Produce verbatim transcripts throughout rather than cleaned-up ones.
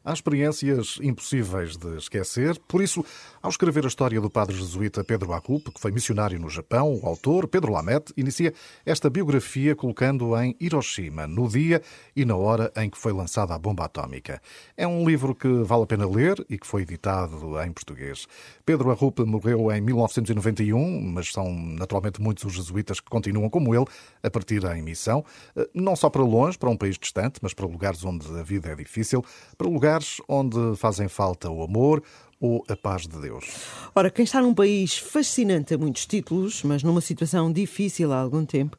Há experiências impossíveis de esquecer, por isso, ao escrever a história do padre jesuíta Pedro Arrupe, que foi missionário no Japão, o autor, Pedro Lamet, inicia esta biografia colocando em Hiroshima, no dia e na hora em que foi lançada a bomba atómica. É um livro que vale a pena ler e que foi editado em português. Pedro Arrupe morreu em mil novecentos e noventa e um, mas são naturalmente muitos os jesuítas que continuam como ele, a partir em missão, não só para longe, para um país distante, mas para lugares onde a vida é difícil, para lugares onde fazem falta o amor ou a paz de Deus. Ora, quem está num país fascinante a muitos títulos, mas numa situação difícil há algum tempo,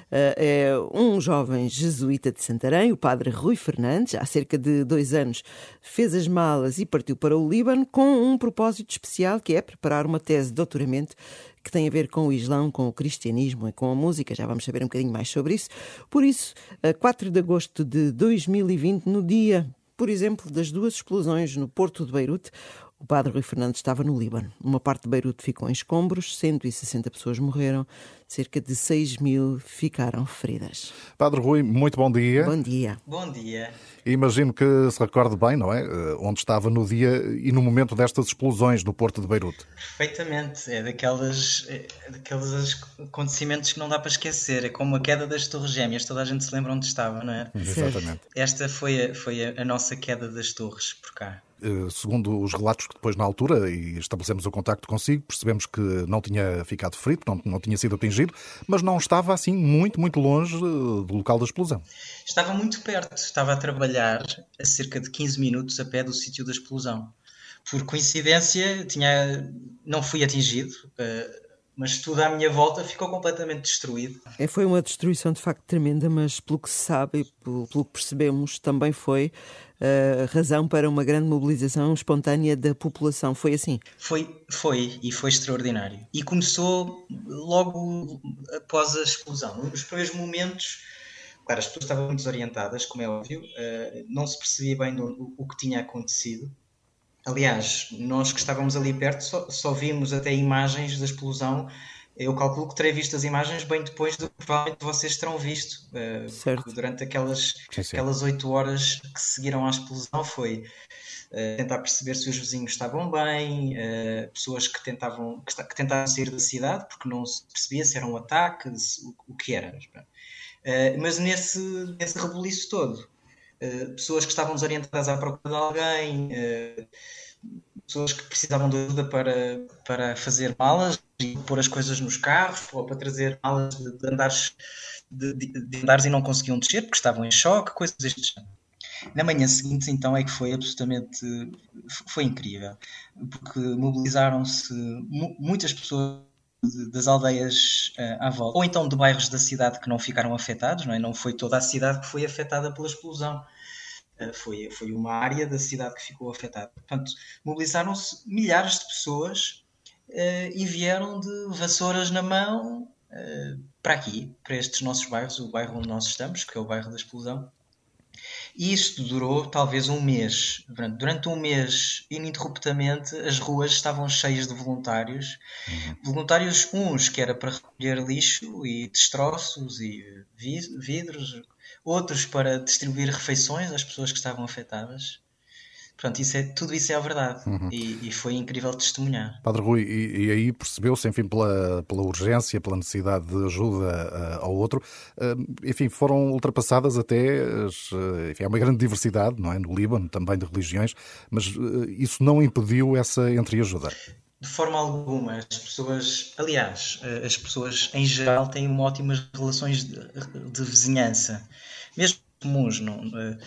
é um jovem jesuíta de Santarém, o padre Rui Fernandes. Há cerca de dois anos fez as malas e partiu para o Líbano com um propósito especial, que é preparar uma tese de doutoramento que tem a ver com o Islão, com o cristianismo e com a música. Já vamos saber um bocadinho mais sobre isso. Por isso, a quatro de agosto de dois mil e vinte, no dia, por exemplo, das duas explosões no porto de Beirute, o padre Rui Fernandes estava no Líbano. Uma parte de Beirute ficou em escombros, cento e sessenta pessoas morreram, cerca de seis mil ficaram feridas. Padre Rui, muito bom dia. Bom dia. Bom dia. Imagino que se recorde bem, não é? Onde estava no dia e no momento destas explosões no porto de Beirute. Perfeitamente. É daquelas, é daqueles acontecimentos que não dá para esquecer. É como a queda das Torres Gêmeas. Toda a gente se lembra onde estava, não é? Exatamente. Esta foi a, foi a, a nossa queda das torres por cá. Uh, segundo os relatos que depois na altura, e estabelecemos o contacto consigo, percebemos que não tinha ficado ferido, não, não tinha sido atingido, mas não estava assim muito, muito longe do local da explosão. Estava muito perto. Estava a trabalhar a cerca de quinze minutos a pé do sítio da explosão. Por coincidência, tinha, não fui atingido, uh, mas tudo à minha volta ficou completamente destruído. É, foi uma destruição de facto tremenda, mas pelo que se sabe e pelo, pelo que percebemos, também foi uh, razão para uma grande mobilização espontânea da população. Foi assim? Foi, foi, e foi extraordinário. E começou logo após a explosão. Nos primeiros momentos, claro, as pessoas estavam muito desorientadas, como é óbvio, uh, não se percebia bem do, o que tinha acontecido. Aliás, nós que estávamos ali perto só, só vimos até imagens da explosão. Eu calculo que terei visto as imagens bem depois do que provavelmente vocês terão visto. Uh, certo. Durante aquelas, sim, sim. aquelas oito horas que seguiram à explosão foi uh, tentar perceber se os vizinhos estavam bem, uh, pessoas que tentavam, que, que tentavam sair da cidade porque não se percebia se era um ataque, se, o, o que era. Uh, mas nesse, nesse rebuliço todo, uh, pessoas que estavam desorientadas à procura de alguém, uh, pessoas que precisavam de ajuda para, para fazer malas e pôr as coisas nos carros, ou para trazer malas de, de, andares, de, de andares e não conseguiam descer porque estavam em choque, coisas deste género. Na manhã seguinte, então, é que foi absolutamente... foi incrível, porque mobilizaram-se muitas pessoas das aldeias uh, à volta, ou então de bairros da cidade que não ficaram afetados, não é? Não foi toda a cidade que foi afetada pela explosão. Uh, foi, foi uma área da cidade que ficou afetada. Portanto, mobilizaram-se milhares de pessoas uh, e vieram de vassouras na mão uh, para aqui, para estes nossos bairros, o bairro onde nós estamos, que é o bairro da explosão. E isto durou talvez um mês. Durante um mês, ininterruptamente, as ruas estavam cheias de voluntários. Uhum. Voluntários, uns que era para recolher lixo e destroços e vidros, outros para distribuir refeições às pessoas que estavam afetadas. Portanto, isso é, tudo isso é a verdade. Uhum. e, e foi incrível testemunhar. Padre Rui, e, e aí percebeu-se, enfim, pela, pela urgência, pela necessidade de ajuda uh, ao outro, uh, enfim, foram ultrapassadas até, as, uh, enfim, há uma grande diversidade, não é, no Líbano, também de religiões, mas uh, isso não impediu essa entreajuda. De forma alguma, as pessoas, aliás, as pessoas em geral têm ótimas relações de, de vizinhança, mesmo comuns, não?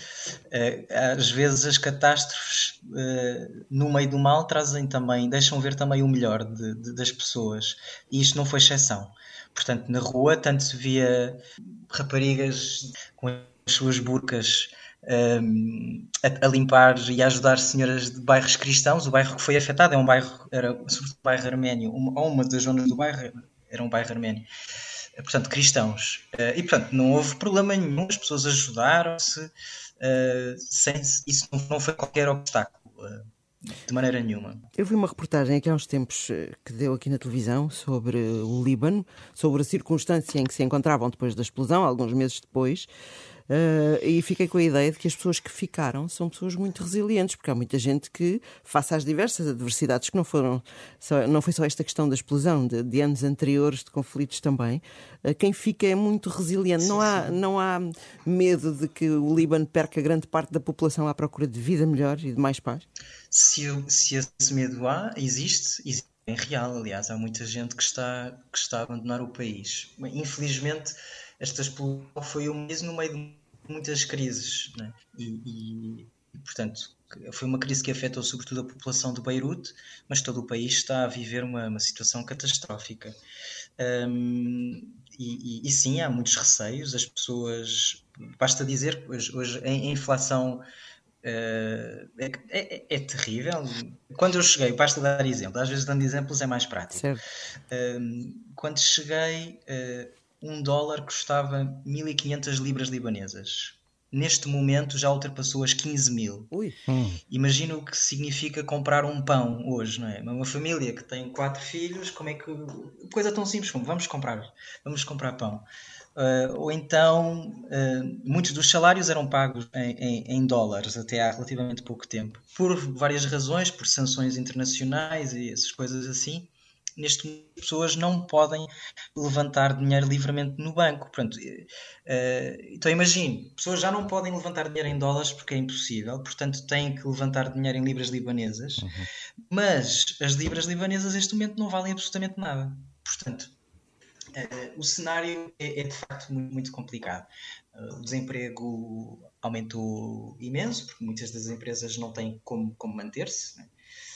Às vezes as catástrofes no meio do mal trazem também, deixam ver também o melhor de, de, das pessoas, e isto não foi exceção. Portanto, na rua tanto se via raparigas com as suas burcas Um, a, a limpar e a ajudar senhoras de bairros cristãos. O bairro que foi afetado é um bairro, era sobretudo um bairro arménio, uma, ou uma das zonas do bairro era um bairro arménio, portanto cristãos, uh, e portanto não houve problema nenhum, as pessoas ajudaram-se, uh, sem, isso não, não foi qualquer obstáculo, uh, de maneira nenhuma. Eu vi uma reportagem aqui há uns tempos que deu aqui na televisão sobre o Líbano, sobre a circunstância em que se encontravam depois da explosão, alguns meses depois. uh, e fiquei com a ideia de que as pessoas que ficaram são pessoas muito resilientes, porque há muita gente que, face às diversas adversidades, que não foram só, não foi só esta questão da explosão, de, de anos anteriores, de conflitos também, uh, quem fica é muito resiliente. Sim, não, há, sim. não há medo de que o Líbano perca grande parte da população à procura de vida melhor e de mais paz? Se, se esse medo há, existe, existe, é real, aliás, há muita gente que está, que está a abandonar o país. Infelizmente, esta explosão foi o mesmo no meio de muitas crises, né? e, e, e, portanto, foi uma crise que afetou sobretudo a população de Beirute, mas todo o país está a viver uma, uma situação catastrófica. Um, e, e, e sim, há muitos receios, as pessoas... Basta dizer que hoje, hoje a inflação... Uh, é, é, é terrível. Quando eu cheguei, basta dar exemplo, às vezes dando exemplos é mais prático. Uh, quando cheguei, uh, um dólar custava mil e quinhentas libras libanesas. Neste momento já ultrapassou as quinze mil. Ui. Hum. Imagina o que significa comprar um pão hoje, não é? Uma família que tem quatro filhos, como é que... Coisa tão simples como vamos comprar, vamos comprar pão. Uh, ou então, uh, muitos dos salários eram pagos em, em, em dólares até há relativamente pouco tempo. Por várias razões, por sanções internacionais e essas coisas assim, neste momento as pessoas não podem levantar dinheiro livremente no banco. Portanto, uh, então imagine, pessoas já não podem levantar dinheiro em dólares porque é impossível, portanto têm que levantar dinheiro em libras libanesas, uhum. Mas as libras libanesas neste momento não valem absolutamente nada. Portanto, Uh, o cenário é, é de facto muito, muito complicado. Uh, o desemprego aumentou imenso, porque muitas das empresas não têm como, como manter-se. Né?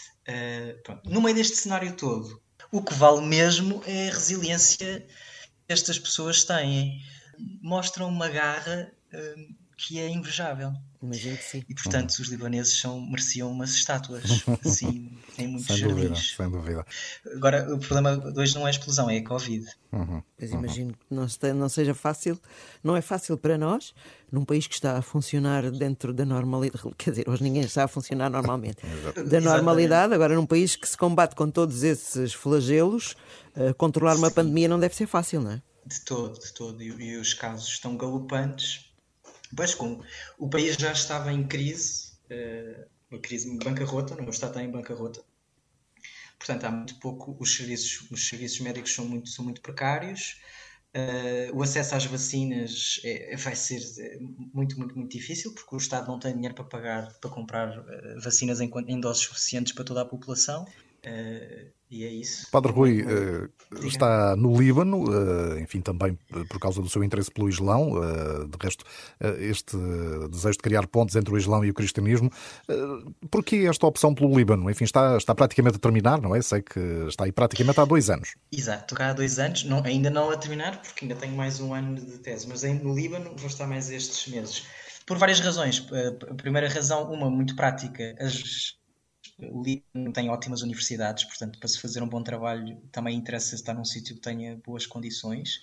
Uh, pronto. No meio deste cenário todo, o que vale mesmo é a resiliência que estas pessoas têm. Mostram uma garra uh, que é invejável. Imagino que sim. E portanto os libaneses são, mereciam umas estátuas assim, em muitos sem jardins. Dúvida, sem dúvida. Agora o problema de hoje não é a explosão, é a Covid. Uhum. Pois imagino que não, não seja fácil, não é fácil para nós, num país que está a funcionar dentro da normalidade, quer dizer, hoje ninguém está a funcionar normalmente, da normalidade, agora num país que se combate com todos esses flagelos, uh, controlar uma Sim. pandemia não deve ser fácil, não é? De todo, de todo, e, e os casos estão galopantes. Pois, como o país já estava em crise, uh, uma crise em bancarrota, não está em bancarrota. Portanto, há muito pouco, os serviços, os serviços médicos são muito, são muito precários, uh, o acesso às vacinas é, vai ser muito, muito, muito difícil, porque o Estado não tem dinheiro para pagar, para comprar uh, vacinas em, em doses suficientes para toda a população. Uh, e é isso. Padre Rui uh, está no Líbano, uh, enfim, também por causa do seu interesse pelo Islão, uh, de resto, uh, este desejo de criar pontes entre o Islão e o cristianismo. Uh, porquê esta opção pelo Líbano? Enfim, está, está praticamente a terminar, não é? Sei que está aí praticamente há dois anos. Exato, estou cá há dois anos, não, ainda não a terminar, porque ainda tenho mais um ano de tese, mas no Líbano vou estar mais estes meses. Por várias razões. A primeira razão, uma muito prática, as... O Líbano tem ótimas universidades, portanto, para se fazer um bom trabalho também interessa estar num sítio que tenha boas condições.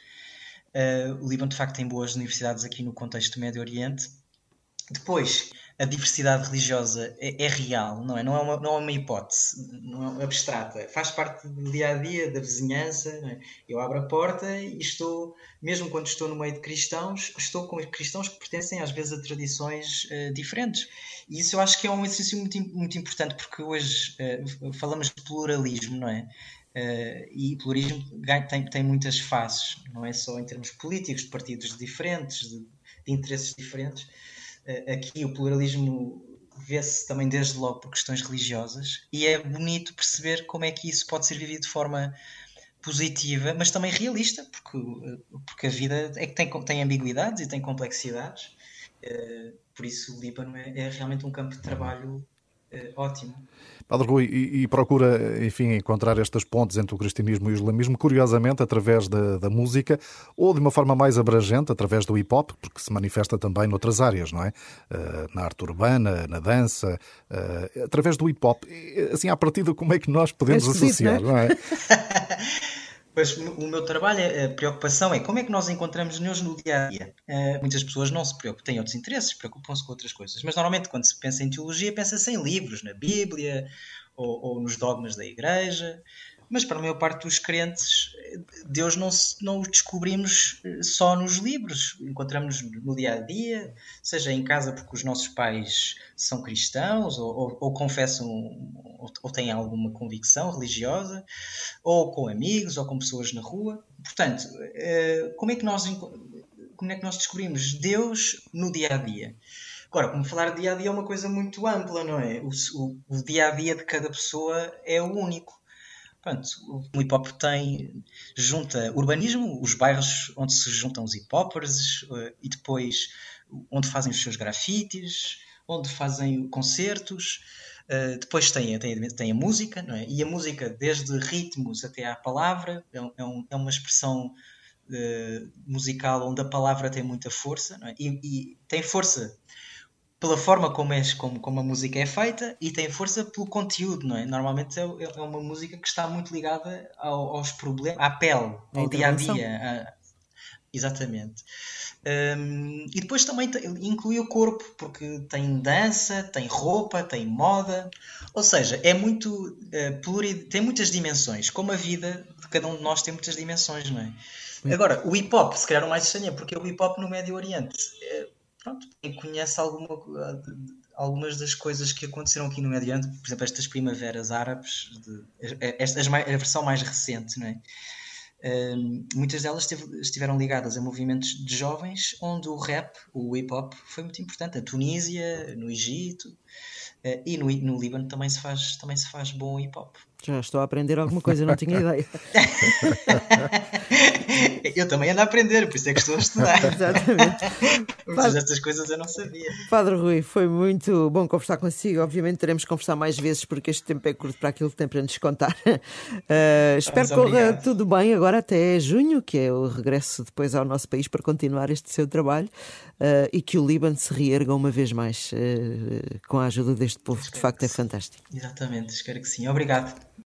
Uh, o Líbano, de facto, tem boas universidades aqui no contexto do Médio Oriente. Depois, a diversidade religiosa é, é real, não é? Não é uma, não é uma hipótese, não é abstrata. Faz parte do dia-a-dia, da vizinhança. Não é? Eu abro a porta e estou, mesmo quando estou no meio de cristãos, estou com cristãos que pertencem às vezes a tradições uh, diferentes. E isso eu acho que é um exercício muito, muito importante, porque hoje uh, falamos de pluralismo, não é? Uh, e pluralismo tem, tem muitas faces, não é só em termos políticos, de partidos diferentes, de, de interesses diferentes. Aqui o pluralismo vê-se também desde logo por questões religiosas e é bonito perceber como é que isso pode ser vivido de forma positiva, mas também realista, porque, porque a vida é que tem, tem ambiguidades e tem complexidades. Por isso o Líbano é, é realmente um campo de trabalho é, ótimo. Padre Rui, e, e procura, enfim, encontrar estas pontes entre o cristianismo e o islamismo, curiosamente, através da, da música, ou de uma forma mais abrangente, através do hip-hop, porque se manifesta também noutras áreas, não é? Uh, na arte urbana, na dança, uh, através do hip-hop. Assim, à partida, como é que nós podemos é associar, não é? Não é? Pois, o meu trabalho, a preocupação é como é que nós encontramos Deus no dia-a-dia. Uh, muitas pessoas não se preocupam, têm outros interesses, preocupam-se com outras coisas. Mas normalmente quando se pensa em teologia, pensa-se em livros, na Bíblia ou, ou nos dogmas da Igreja. Mas para a maior parte dos crentes, Deus não, não o descobrimos só nos livros. Encontramos no dia a dia, seja em casa porque os nossos pais são cristãos, ou, ou, ou confessam, ou, ou têm alguma convicção religiosa, ou com amigos, ou com pessoas na rua. Portanto, como é que nós, como é que nós descobrimos Deus no dia a dia? Agora, como falar de dia a dia é uma coisa muito ampla, não é? O, o, o dia a dia de cada pessoa é o único. Pronto, o hip hop tem, junta urbanismo, os bairros onde se juntam os hip hoppers, e depois onde fazem os seus grafites, onde fazem concertos. Depois tem, tem, tem a música, não é? E a música, desde ritmos até à palavra, é, um, é uma expressão uh, musical onde a palavra tem muita força, não é? E, e tem força pela forma como, é, como, como a música é feita, e tem força pelo conteúdo, não é? Normalmente é, é uma música que está muito ligada ao, aos problemas, à pele, ao dia-a-dia. Exatamente. Um, e depois também tem, inclui o corpo, porque tem dança, tem roupa, tem moda. Ou seja, é muito uh, plurid... tem muitas dimensões. Como a vida de cada um de nós tem muitas dimensões, não é? Sim. Agora, o hip-hop, se calhar o mais estranho, porque o hip-hop no Médio Oriente... É... Pronto, quem conhece alguma, algumas das coisas que aconteceram aqui no Médio Oriente, por exemplo, estas primaveras árabes, de, esta, a versão mais recente, não é? Um, muitas delas esteve, estiveram ligadas a movimentos de jovens onde o rap, o hip-hop, foi muito importante. A Tunísia, no Egito, uh, e no, no Líbano também se faz, também se faz bom hip-hop. Já estou a aprender alguma coisa, não tinha ideia. Eu também ando a aprender, por isso é que estou a estudar. Exatamente. Muitas destas coisas eu não sabia. Padre Rui, foi muito bom conversar consigo. Obviamente teremos que conversar mais vezes, porque este tempo é curto para aquilo que tem para nos contar. Uh, espero que corra tudo bem agora até junho, que é o regresso depois ao nosso país para continuar este seu trabalho, uh, e que o Líbano se reerga uma vez mais uh, com a ajuda deste povo, que de facto é fantástico. Exatamente, espero que sim. Obrigado.